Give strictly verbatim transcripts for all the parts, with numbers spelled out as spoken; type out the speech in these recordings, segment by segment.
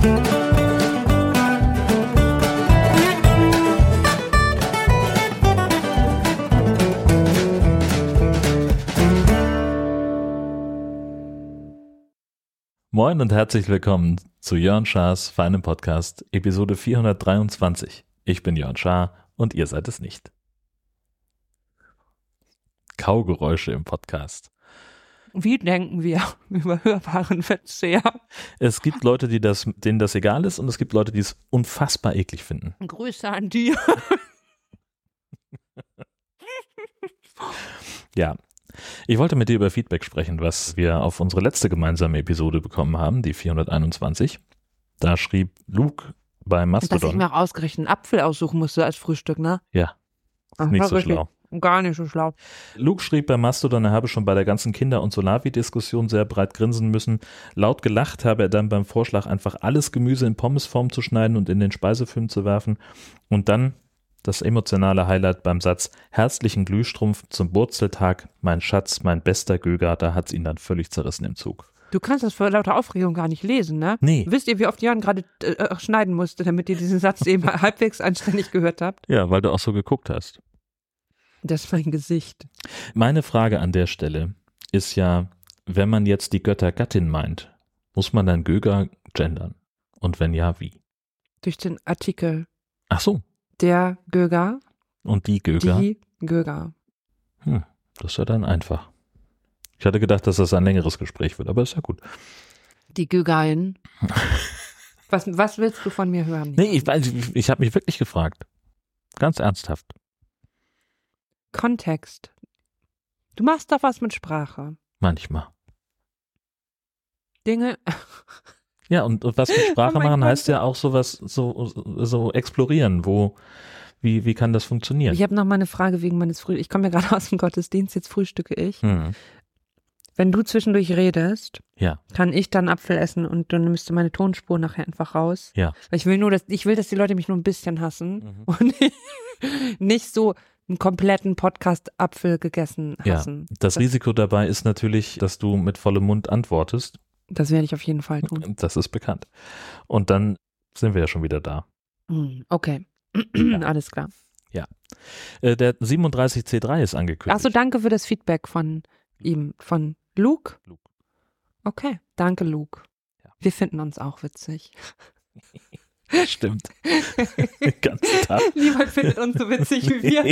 Moin und herzlich willkommen zu Jörn Schars feinem Podcast, Episode vierhundertdreiundzwanzig. Ich bin Jörn Schaar und ihr seid es nicht. Kaugeräusche im Podcast. Wie denken wir über hörbaren Verzehr? Es gibt Leute, die das, denen das egal ist, und es gibt Leute, die es unfassbar eklig finden. Grüße an dir. Ja. Ich wollte mit dir über Feedback sprechen, was wir auf unsere letzte gemeinsame Episode bekommen haben, die vierhunderteinundzwanzig. Da schrieb Luke bei Mastodon. Dass ich mir auch ausgerechnet einen Apfel aussuchen musste als Frühstück, ne? Ja, Ach, nicht so richtig. schlau. Gar nicht so schlau. Luke schrieb bei Mastodon, er habe schon bei der ganzen Kinder- und Solavi-Diskussion sehr breit grinsen müssen. Laut gelacht habe er dann beim Vorschlag, einfach alles Gemüse in Pommesform zu schneiden und in den Speisefilm zu werfen. Und dann das emotionale Highlight beim Satz, herzlichen Glühstrumpf zum Wurzeltag, mein Schatz, mein bester Göger, da hat's ihn dann völlig zerrissen im Zug. Du kannst das vor lauter Aufregung gar nicht lesen, ne? Nee. Wisst ihr, wie oft Jan gerade äh, schneiden musste, damit ihr diesen Satz eben halbwegs anständig gehört habt? Ja, weil du auch so geguckt hast. Das ist mein Gesicht. Meine Frage an der Stelle ist ja, wenn man jetzt die Göttergattin meint, muss man dann Göger gendern? Und wenn ja, wie? Durch den Artikel. Ach so. Der Göger. Und die Göger? Die Göger. Hm, das ist ja dann einfach. Ich hatte gedacht, dass das ein längeres Gespräch wird, aber ist ja gut. Die Gögerin. was, was willst du von mir hören? Nee, ich, ich, ich habe mich wirklich gefragt. Ganz ernsthaft. Kontext. Du machst doch was mit Sprache. Manchmal. Dinge. Ja, und, und was mit Sprache Oh mein machen Gott. heißt ja auch sowas, so, so explorieren, wo, wie, wie kann das funktionieren? Ich habe noch mal eine Frage wegen meines Früh. Ich komme ja gerade aus dem Gottesdienst, jetzt frühstücke ich. Hm. Wenn du zwischendurch redest, Ja. kann ich dann Apfel essen und dann nimmst du meine Tonspur nachher einfach raus. Ja. Weil ich will nur, dass ich will, dass die Leute mich nur ein bisschen hassen Mhm. und nicht so einen kompletten Podcast Apfel gegessen Ja, hassen. das Risiko dabei ist natürlich, dass du mit vollem Mund antwortest. Das werde ich auf jeden Fall tun. Das ist bekannt. Und dann sind wir ja schon wieder da. Hm, Okay, Ja. alles klar. Äh, der siebenunddreißig C drei ist angekündigt. Achso, danke für das Feedback von ihm, von Luke. Luke. Okay, danke Luke. Ja. Wir finden uns auch witzig. Stimmt. Den ganzen Tag. Niemand findet uns so witzig wie wir.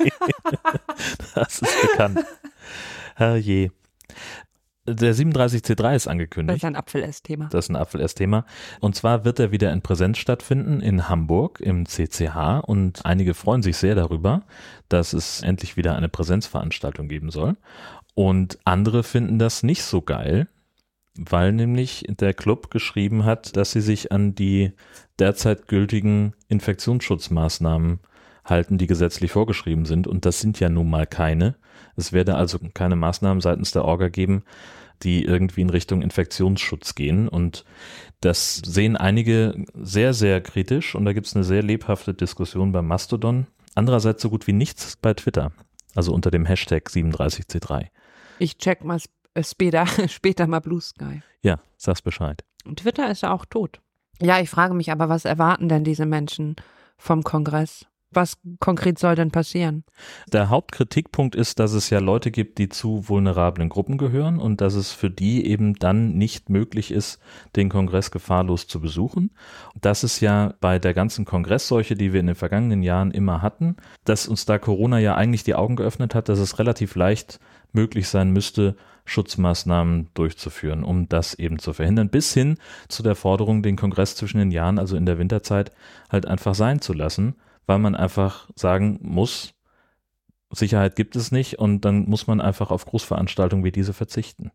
Das ist bekannt. Herrje. Der siebenunddreißig C drei ist Das angekündigt. ist ein Apfel-Ess-Thema. Das ist ein Apfel-Ess-Thema. Und zwar wird er wieder in Präsenz stattfinden in Hamburg im C C H. Und einige freuen sich sehr darüber, dass es endlich wieder eine Präsenzveranstaltung geben soll. Und andere finden das nicht so geil, weil nämlich der Club geschrieben hat, dass sie sich an die derzeit gültigen Infektionsschutzmaßnahmen halten, die gesetzlich vorgeschrieben sind. Und das sind ja nun mal keine. Es werde also keine Maßnahmen seitens der Orga geben, die irgendwie in Richtung Infektionsschutz gehen. Und das sehen einige sehr, sehr kritisch. Und da gibt es eine sehr lebhafte Diskussion beim Mastodon. Andererseits so gut wie nichts bei Twitter. Also unter dem Hashtag siebenunddreißig C drei. Ich check mal sp äh, später, später mal Blue Sky. Ja, sag's Bescheid. Und Twitter ist ja auch tot. Ja, ich frage mich aber, was erwarten denn diese Menschen vom Kongress? Was konkret soll denn passieren? Der Hauptkritikpunkt ist, dass es ja Leute gibt, die zu vulnerablen Gruppen gehören und dass es für die eben dann nicht möglich ist, den Kongress gefahrlos zu besuchen. Das ist ja bei der ganzen Kongressseuche, die wir in den vergangenen Jahren immer hatten, dass uns da Corona ja eigentlich die Augen geöffnet hat, dass es relativ leicht möglich sein müsste, Schutzmaßnahmen durchzuführen, um das eben zu verhindern, bis hin zu der Forderung, den Kongress zwischen den Jahren, also in der Winterzeit, halt einfach sein zu lassen, weil man einfach sagen muss, Sicherheit gibt es nicht und dann muss man einfach auf Großveranstaltungen wie diese verzichten.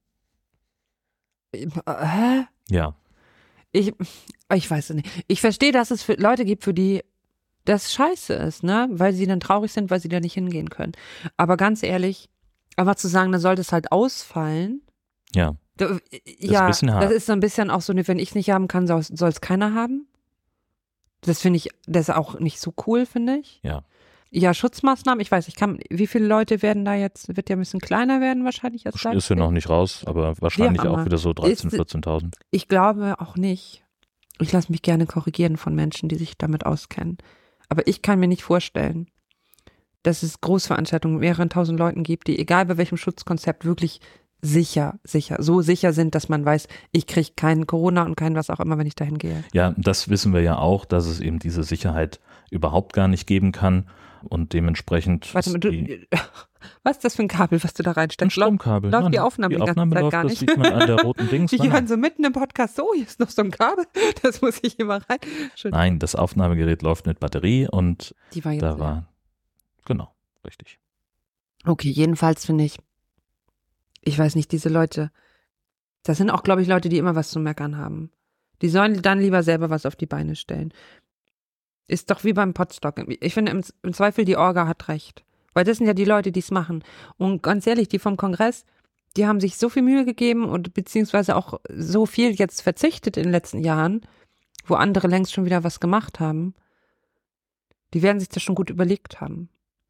Hä? Ja. Ich, ich weiß es nicht. Ich verstehe, dass es für Leute gibt, für die das scheiße ist, ne? Weil sie dann traurig sind, weil sie da nicht hingehen können. Aber ganz ehrlich, einfach zu sagen, dann sollte es halt ausfallen. Ja. Da, ist ja, ein bisschen hart. das ist so ein bisschen auch so, wenn ich es nicht haben kann, soll es keiner haben. Das finde ich, das ist auch nicht so cool, finde ich. Ja. Ja, Schutzmaßnahmen, ich weiß, ich kann, wie viele Leute werden da jetzt, wird ja ein bisschen kleiner werden wahrscheinlich als Ist ja noch nicht raus, aber wahrscheinlich auch wieder so dreizehn, vierzehntausend. Ich glaube auch nicht. Ich lasse mich gerne korrigieren von Menschen, die sich damit auskennen. Aber ich kann mir nicht vorstellen, dass es Großveranstaltungen mit mehreren tausend Leuten gibt, die egal bei welchem Schutzkonzept wirklich sicher, sicher, so sicher sind, dass man weiß, ich kriege keinen Corona und keinen was auch immer, wenn ich dahin gehe. Ja, das wissen wir ja auch, dass es eben diese Sicherheit überhaupt gar nicht geben kann und dementsprechend. Warte mal, du, was ist das für ein Kabel, was du da reinsteckst? Ein Stromkabel. Läuft Nein, die Aufnahme die, die Aufnahme ganze Zeit läuft, gar nicht? Das sieht man an der roten Dings. Die Nein, hören so mitten im Podcast, so, hier ist noch so ein Kabel, das muss ich immer rein. Nein, das Aufnahmegerät läuft mit Batterie und die war jetzt da war, genau, richtig. Okay, jedenfalls finde ich, ich weiß nicht, diese Leute, das sind auch, glaube ich, Leute, die immer was zu meckern haben. Die sollen dann lieber selber was auf die Beine stellen. Ist doch wie beim Potstock. Ich finde, im, im Zweifel, die Orga hat recht. Weil das sind ja die Leute, die es machen. Und ganz ehrlich, die vom Kongress, die haben sich so viel Mühe gegeben und beziehungsweise auch so viel jetzt verzichtet in den letzten Jahren, wo andere längst schon wieder was gemacht haben. Die werden sich das schon gut überlegt haben.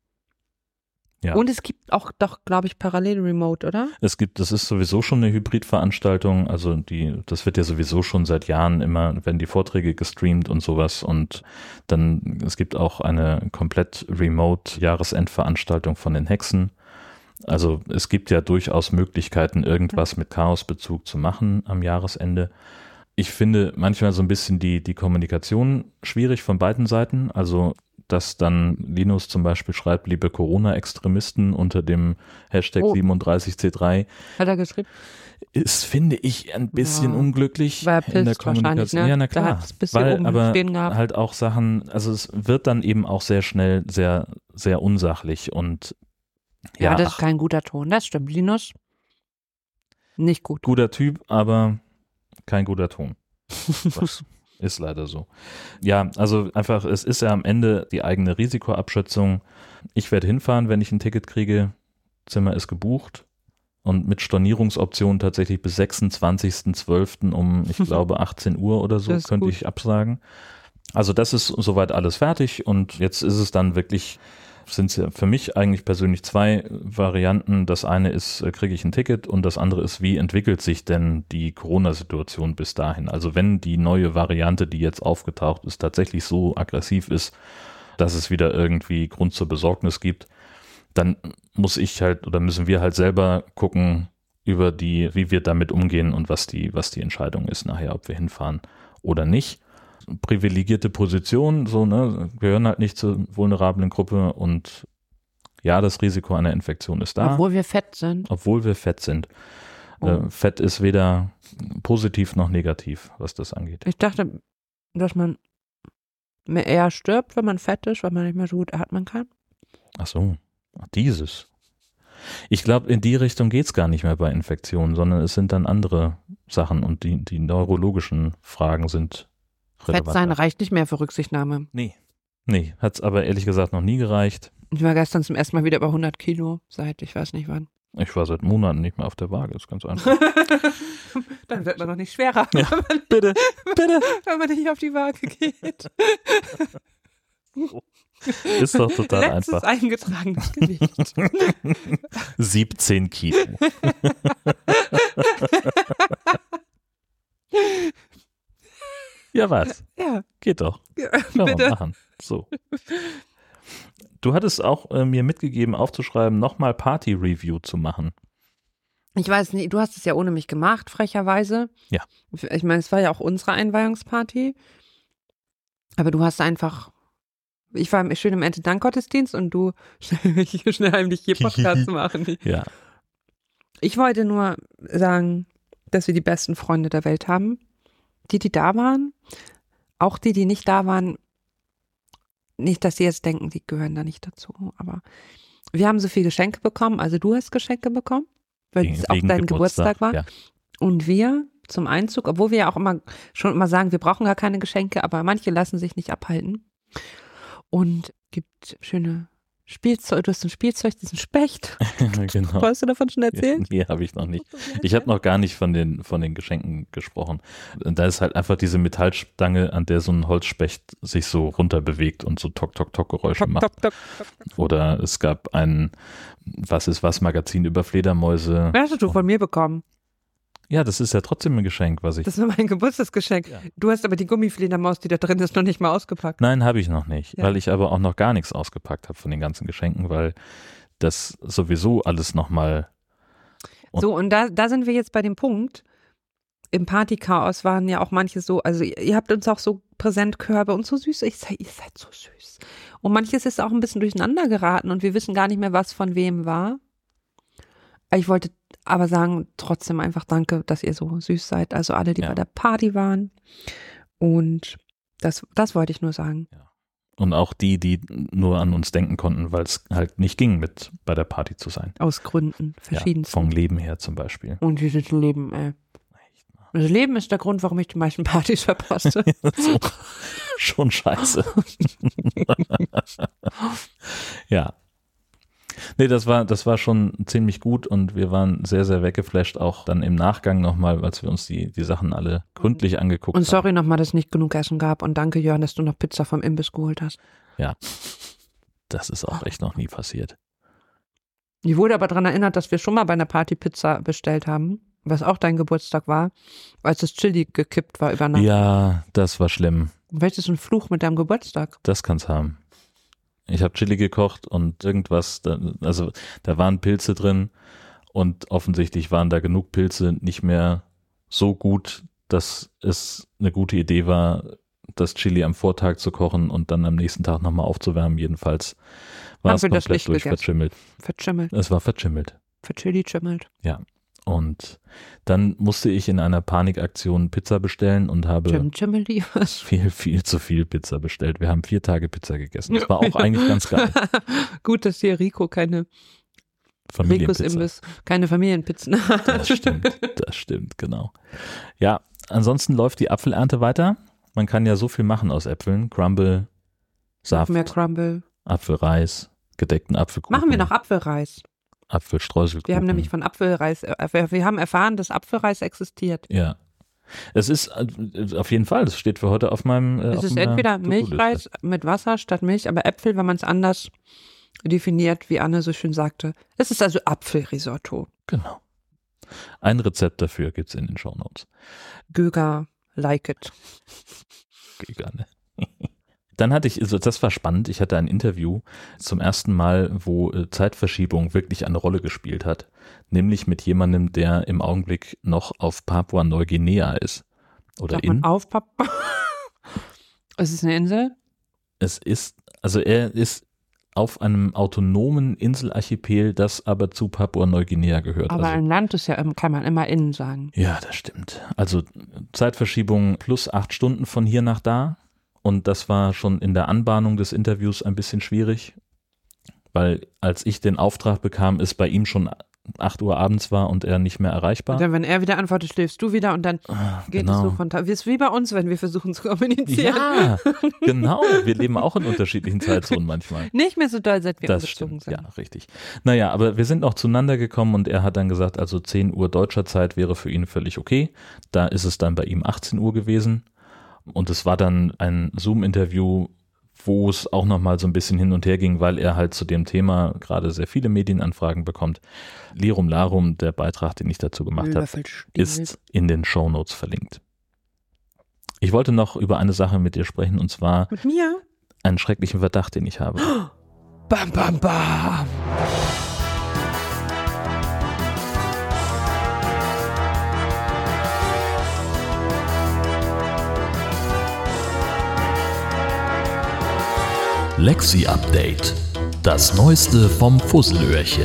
Ja. Und es gibt auch doch, glaube ich, parallel Remote, oder? Es gibt, das ist sowieso schon eine Hybridveranstaltung, also die, das wird ja sowieso schon seit Jahren immer, werden die Vorträge gestreamt und sowas und dann, es gibt auch eine komplett Remote Jahresendveranstaltung von den Hexen. Also es gibt ja durchaus Möglichkeiten, irgendwas mit Chaosbezug zu machen am Jahresende. Ich finde manchmal so ein bisschen die, die Kommunikation schwierig von beiden Seiten, also dass dann Linus zum Beispiel schreibt, liebe Corona-Extremisten unter dem Hashtag oh. siebenunddreißig C drei. Hat er geschrieben? Ist, finde ich, ein bisschen ja. unglücklich War in der Kommunikation. Ne? Ja, na klar. Weil aber gehabt. halt auch Sachen, also es wird dann eben auch sehr schnell sehr, sehr unsachlich und ja. Ja, das ach, ist kein guter Ton, das stimmt. Linus, nicht gut. Guter Typ, aber kein guter Ton. Das ist leider so. Ja, also einfach, es ist ja am Ende die eigene Risikoabschätzung. Ich werde hinfahren, wenn ich ein Ticket kriege. Zimmer ist gebucht und mit Stornierungsoption tatsächlich bis sechsundzwanzigsten zwölften um, ich glaube, achtzehn Uhr oder so könnte gut. ich absagen. Also das ist soweit alles fertig und jetzt ist es dann wirklich, sind es ja für mich eigentlich persönlich zwei Varianten. Das eine ist, kriege ich ein Ticket und das andere ist, wie entwickelt sich denn die Corona-Situation bis dahin? Also wenn die neue Variante, die jetzt aufgetaucht ist, tatsächlich so aggressiv ist, dass es wieder irgendwie Grund zur Besorgnis gibt, dann muss ich halt oder müssen wir halt selber gucken über die, wie wir damit umgehen und was die, was die Entscheidung ist nachher, ob wir hinfahren oder nicht. Privilegierte Position, so, ne, gehören halt nicht zur vulnerablen Gruppe und ja, das Risiko einer Infektion ist da. Obwohl wir fett sind. Obwohl wir fett sind. Oh. Äh, Fett ist weder positiv noch negativ, was das angeht. Ich dachte, dass man eher stirbt, wenn man fett ist, weil man nicht mehr so gut atmen kann. Ach so, dieses. Ich glaube, in die Richtung geht's gar nicht mehr bei Infektionen, sondern es sind dann andere Sachen und die, die neurologischen Fragen sind Fett sein reicht nicht mehr für Rücksichtnahme. Nee. Nee, hat es aber ehrlich gesagt noch nie gereicht. Ich war gestern zum ersten Mal wieder über hundert Kilo, seit ich weiß nicht wann. Ich war seit Monaten nicht mehr auf der Waage, ist ganz einfach. Dann wird man doch nicht schwerer, ja, wenn, man, bitte, bitte. wenn man nicht auf die Waage geht. Ist doch total Letztes einfach. eingetragenes Gewicht. siebzehn Kilo. Ja, was? Ja. Geht doch. Ja, Kann bitte. man machen. So. Du hattest auch äh, mir mitgegeben, aufzuschreiben, nochmal Party-Review zu machen. Ich weiß nicht, du hast es ja ohne mich gemacht, frecherweise. Ja. Ich meine, es war ja auch unsere Einweihungsparty. Aber du hast einfach, ich war schön im Erntedankgottesdienst und du schnell, schnell heimlich hier Podcast machen. Ja. Ich wollte nur sagen, dass wir die besten Freunde der Welt haben. Die, die da waren, auch die, die nicht da waren, nicht, dass sie jetzt denken, die gehören da nicht dazu, aber wir haben so viele Geschenke bekommen, also du hast Geschenke bekommen, weil Wegen, es auch wegen dein Geburtstag, Geburtstag war ja. Und wir zum Einzug, obwohl wir ja auch immer schon immer sagen, wir brauchen gar keine Geschenke, aber manche lassen sich nicht abhalten und gibt schöne Spielzeug, du hast ein Spielzeug, das ist ein Specht. Genau. Wolltest du davon schon erzählen? Nee, habe ich noch nicht. Ich habe noch gar nicht von den, von den Geschenken gesprochen. Da ist halt einfach diese Metallstange, an der so ein Holzspecht sich so runter bewegt und so Tok-Tok-Tok-Geräusche macht. Tok, tok, tok, tok. Oder es gab ein Was ist was Magazin über Fledermäuse. Was hast du von mir bekommen? Ja, das ist ja trotzdem ein Geschenk, was ich... Das war mein Geburtstagsgeschenk. Ja. Du hast aber die Gummifledermaus, die da drin ist, noch nicht mal ausgepackt. Nein, habe ich noch nicht, Ja. weil ich aber auch noch gar nichts ausgepackt habe von den ganzen Geschenken, weil das sowieso alles nochmal... So, und da, da sind wir jetzt bei dem Punkt, im Partychaos waren ja auch manche so, also ihr, ihr habt uns auch so Präsentkörbe und so süß, ich sag, ihr seid so süß. Und manches ist auch ein bisschen durcheinander geraten und wir wissen gar nicht mehr, was von wem war. Ich wollte aber sagen, trotzdem einfach danke, dass ihr so süß seid, also alle, die Ja. bei der Party waren. Und das, das wollte ich nur sagen. Und auch die, die nur an uns denken konnten, weil es halt nicht ging, mit bei der Party zu sein. Aus Gründen, Ja, verschiedensten. vom Leben her zum Beispiel. Und dieses Leben, ey. Das Leben ist der Grund, warum ich die meisten Partys verpasse. So, schon scheiße. Ja. Nee, das war, das war schon ziemlich gut und wir waren sehr, sehr weggeflasht, auch dann im Nachgang nochmal, als wir uns die, die Sachen alle gründlich angeguckt Und haben. sorry nochmal, dass es nicht genug Essen gab. Und danke, Jörn, dass du noch Pizza vom Imbiss geholt hast. Ja, das ist auch echt noch nie passiert. Ich wurde aber daran erinnert, dass wir schon mal bei einer Party Pizza bestellt haben, was auch dein Geburtstag war, als das Chili gekippt war über Nacht. Ja, das war schlimm. Vielleicht ist ein Fluch mit deinem Geburtstag. Das kann's haben. Ich habe Chili gekocht und irgendwas, da, also da waren Pilze drin und offensichtlich waren da genug Pilze nicht mehr so gut, dass es eine gute Idee war, das Chili am Vortag zu kochen und dann am nächsten Tag nochmal aufzuwärmen. Jedenfalls war Haben es wir das komplett nicht gegessen? durchverschimmelt. Verchimmelt. Es war verschimmelt. Verchili-chimmelt. Und dann musste ich in einer Panikaktion Pizza bestellen und habe Chim Chimmeli, was? viel, viel zu viel Pizza bestellt. Wir haben vier Tage Pizza gegessen. Das war auch eigentlich ganz geil. Gut, dass hier Rico keine Ricos Familienpizza. Imbiss, keine Familienpizzen hat. Das stimmt, das stimmt, genau. Ja, ansonsten läuft die Apfelernte weiter. Man kann ja so viel machen aus Äpfeln. Crumble, Saft, Mehr Crumble. Apfelreis, gedeckten Apfelkuchen. Machen wir noch Apfelreis. Apfelstreuselkuchen. Wir haben nämlich von Apfelreis, äh, wir wir haben erfahren, dass Apfelreis existiert. Ja. Es ist äh, auf jeden Fall, das steht für heute auf meinem äh, Es auf ist meiner entweder To-Do-Liste. Milchreis mit Wasser statt Milch, aber Äpfel, wenn man es anders definiert, wie Anne so schön sagte. Es ist also Apfelrisotto. Genau. Ein Rezept dafür gibt's in den Shownotes. Göger, like it. Gerne. Dann hatte ich, also das war spannend, ich hatte ein Interview zum ersten Mal, wo äh, Zeitverschiebung wirklich eine Rolle gespielt hat, nämlich mit jemandem, der im Augenblick noch auf Papua-Neuguinea ist. Oder Sagt in. man auf, Papa? Es ist eine Insel? Es ist, also er ist auf einem autonomen Inselarchipel, das aber zu Papua-Neuguinea gehört. Aber also, ein Land ist ja, kann man immer innen sagen. ja, das stimmt. Also Zeitverschiebung plus acht Stunden von hier nach da. Und das war schon in der Anbahnung des Interviews ein bisschen schwierig, weil als ich den Auftrag bekam, es bei ihm schon acht Uhr abends war und er nicht mehr erreichbar. Und dann, wenn er wieder antwortet, schläfst du wieder und dann Ah, geht genau. es so von Tag. Wie ist wie bei uns, wenn wir versuchen zu kommunizieren. Ja, genau. Wir leben auch in unterschiedlichen Zeitzonen manchmal. Nicht mehr so doll, seit wir Das umgezogen stimmt, sind. ja, richtig. Naja, aber wir sind auch zueinander gekommen und er hat dann gesagt, also zehn Uhr deutscher Zeit wäre für ihn völlig okay. Da ist es dann bei ihm achtzehn Uhr gewesen. Und es war dann ein Zoom-Interview, wo es auch nochmal so ein bisschen hin und her ging, weil er halt zu dem Thema gerade sehr viele Medienanfragen bekommt. Lirum Larum, der Beitrag, den ich dazu gemacht habe, Löffelstiel. ist in den Shownotes verlinkt. Ich wollte noch über eine Sache mit dir sprechen, und zwar Mit mir? einen schrecklichen Verdacht, den ich habe. Bam, bam, bam. Lexi-Update. Das Neueste vom Fusselöhrchen.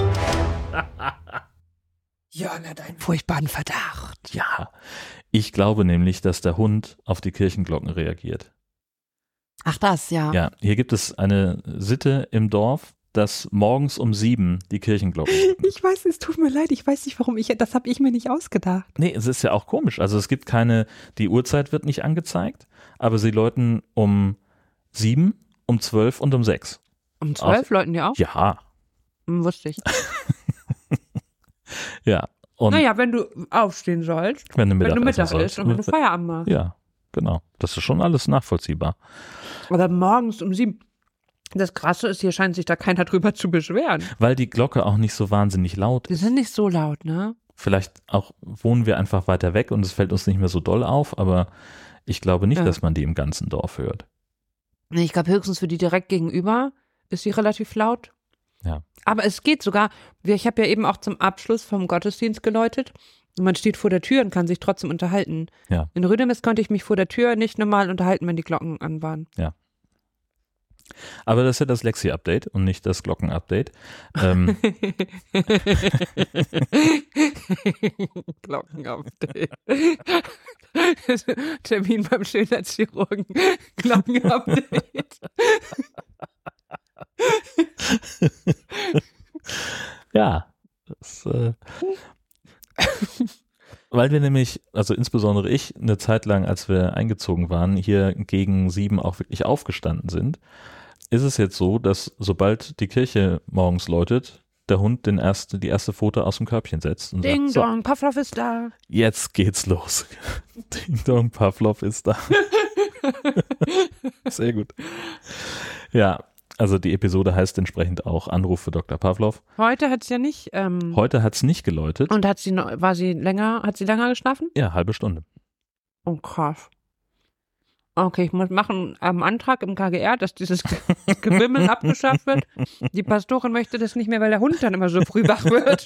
Jörn hat einen furchtbaren Verdacht. Ja, ich glaube nämlich, dass der Hund auf die Kirchenglocken reagiert. Ach das, ja. Ja, hier gibt es eine Sitte im Dorf, dass morgens um sieben die Kirchenglocken läuten. Ich weiß, es tut mir leid, ich weiß nicht, warum ich, das habe ich mir nicht ausgedacht. Nee, es ist ja auch komisch. Also es gibt keine, die Uhrzeit wird nicht angezeigt, aber sie läuten um sieben, um zwölf und um sechs. Um zwölf läuten die auch? Ja, Hm, wusste ich. ja. Und Naja, wenn du aufstehen sollst, wenn du wenn Mittag, du Mittag essen isst sollst. und wenn du Feierabend machst. Ja, genau. Das ist schon alles nachvollziehbar. Aber morgens um sieben. Das Krasse ist, hier scheint sich da keiner drüber zu beschweren. Weil die Glocke auch nicht so wahnsinnig laut Die ist. sind nicht so laut, ne? Vielleicht auch wohnen wir einfach weiter weg und es fällt uns nicht mehr so doll auf, aber ich glaube nicht, Ja. dass man die im ganzen Dorf hört. Nee, ich glaube höchstens für die direkt gegenüber ist sie relativ laut. Ja. Aber es geht sogar, ich habe ja eben auch zum Abschluss vom Gottesdienst geläutet und man steht vor der Tür und kann sich trotzdem unterhalten. Ja. In Rüdemis konnte ich mich vor der Tür nicht normal unterhalten, wenn die Glocken an waren. Aber das ist ja das Lexi-Update und nicht das Glocken-Update. Ähm, Glockenupdate. Termin beim Schönheitschirurgen. Glockenupdate. ja, das, äh, weil wir nämlich, also insbesondere ich, eine Zeit lang, als wir eingezogen waren, hier gegen sieben auch wirklich aufgestanden sind, ist es jetzt so, dass sobald die Kirche morgens läutet, der Hund den erste, die erste Pfote aus dem Körbchen setzt und Ding sagt, so, dong, Pavlov ist da. jetzt geht's los. Ding dong, Pavlov ist da. Sehr gut. Ja, also die Episode heißt entsprechend auch Anruf für Doktor Pavlov. Heute hat sie ja nicht. Ähm, Heute hat's nicht geläutet. und hat sie noch, war sie länger, hat sie länger geschlafen? Ja, halbe Stunde. Oh krass. Okay, ich muss machen einen Antrag im K G R, dass dieses Ge- Gewimmel abgeschafft wird. Die Pastorin möchte das nicht mehr, weil der Hund dann immer so früh wach wird.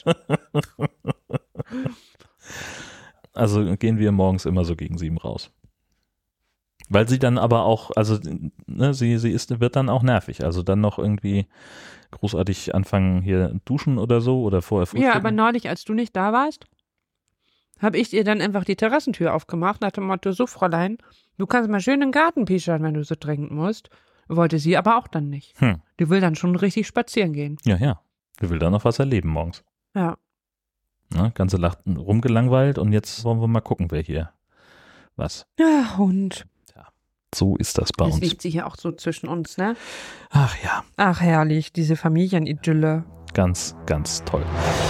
Also gehen wir morgens immer so gegen sieben raus. Weil sie dann aber auch, also ne, sie, sie ist, wird dann auch nervig. Also dann noch irgendwie großartig anfangen hier duschen oder so oder vorher frühstücken. Ja, aber neulich, als du nicht da warst, habe ich ihr dann einfach die Terrassentür aufgemacht, nach dem Motto, so Fräulein, du kannst mal schön in den Garten pischern, wenn du so dringend musst. Wollte sie aber auch dann nicht. Hm. Die will dann schon richtig spazieren gehen. Ja, ja. Die will da noch was erleben morgens. Ja. Ne, ganze Nacht rumgelangweilt und jetzt wollen wir mal gucken, wer hier was. Ja, Hund. So ist das bei Das uns. liegt sie hier auch so zwischen uns, ne? Ach ja, Ach, herrlich, diese Familienidylle. ganz, ganz toll.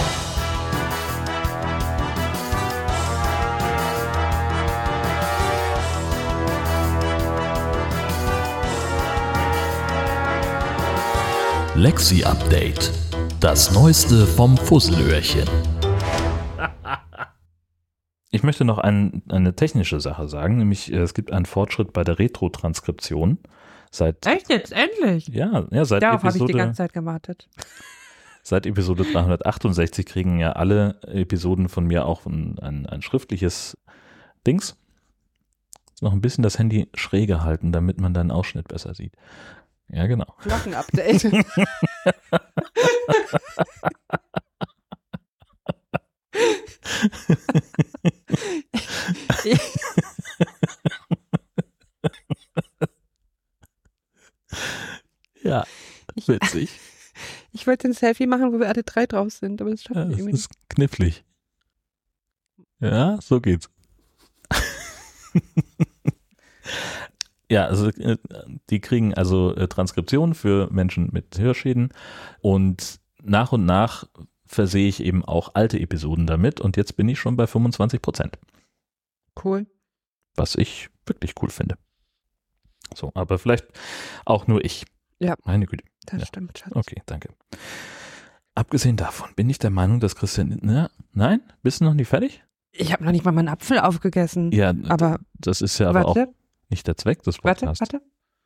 Lexi Update. Das Neueste vom Fusselöhrchen. Ich möchte noch ein, eine technische Sache sagen, nämlich äh, es gibt einen Fortschritt bei der Retro-Transkription. Seit, Echt jetzt? Endlich? ja, ja, seit Darauf habe ich die Episode, ganze Zeit gewartet. seit Episode dreihundertachtundsechzig kriegen ja alle Episoden von mir auch ein, ein, ein schriftliches Dings. Noch ein bisschen das Handy schräger halten, damit man deinen Ausschnitt besser sieht. Ja, genau. Glockenupdate. Ja, witzig. Ich wollte ein Selfie machen, wo wir alle drei drauf sind, aber das Ja, schaffen wir das irgendwie nicht. ist knifflig. Ja, so geht's. Ja, also äh, die kriegen also äh, Transkriptionen für Menschen mit Hörschäden und nach und nach versehe ich eben auch alte Episoden damit und jetzt bin ich schon bei fünfundzwanzig Prozent, Cool. was ich wirklich cool finde. So, aber vielleicht auch nur ich. Ja. Meine Güte. Das Ja. stimmt, Schatz. Okay, danke. Abgesehen davon bin ich der Meinung, dass Christian, na, nein, bist du noch nicht fertig? Ich habe noch nicht mal meinen Apfel aufgegessen. Ja, aber das ist ja aber auch warte, nicht der Zweck des warte, Podcasts. warte.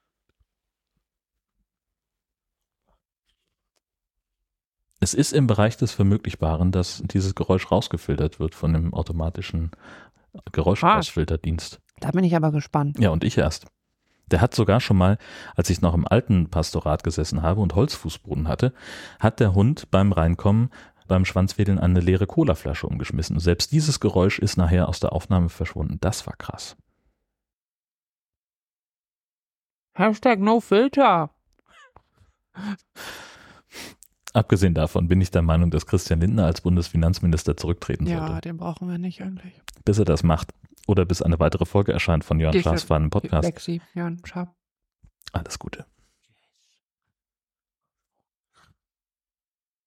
Es ist im Bereich des Vermöglichbaren, dass dieses Geräusch rausgefiltert wird von dem automatischen Geräuschausfilterdienst. Da bin ich aber gespannt. Ja, und ich erst. Der hat sogar schon mal, als ich noch im alten Pastorat gesessen habe und Holzfußboden hatte, hat der Hund beim Reinkommen beim Schwanzwedeln eine leere Colaflasche umgeschmissen. Selbst dieses Geräusch ist nachher aus der Aufnahme verschwunden. Das war krass. Hashtag no filter. Abgesehen davon bin ich der Meinung, dass Christian Lindner als Bundesfinanzminister zurücktreten Ja, sollte. den brauchen wir nicht eigentlich. Bis er das macht. Oder bis eine weitere Folge erscheint von Jörn Geht Schaas ja. für einen Podcast. Lexi, Jan, ciao. Alles Gute.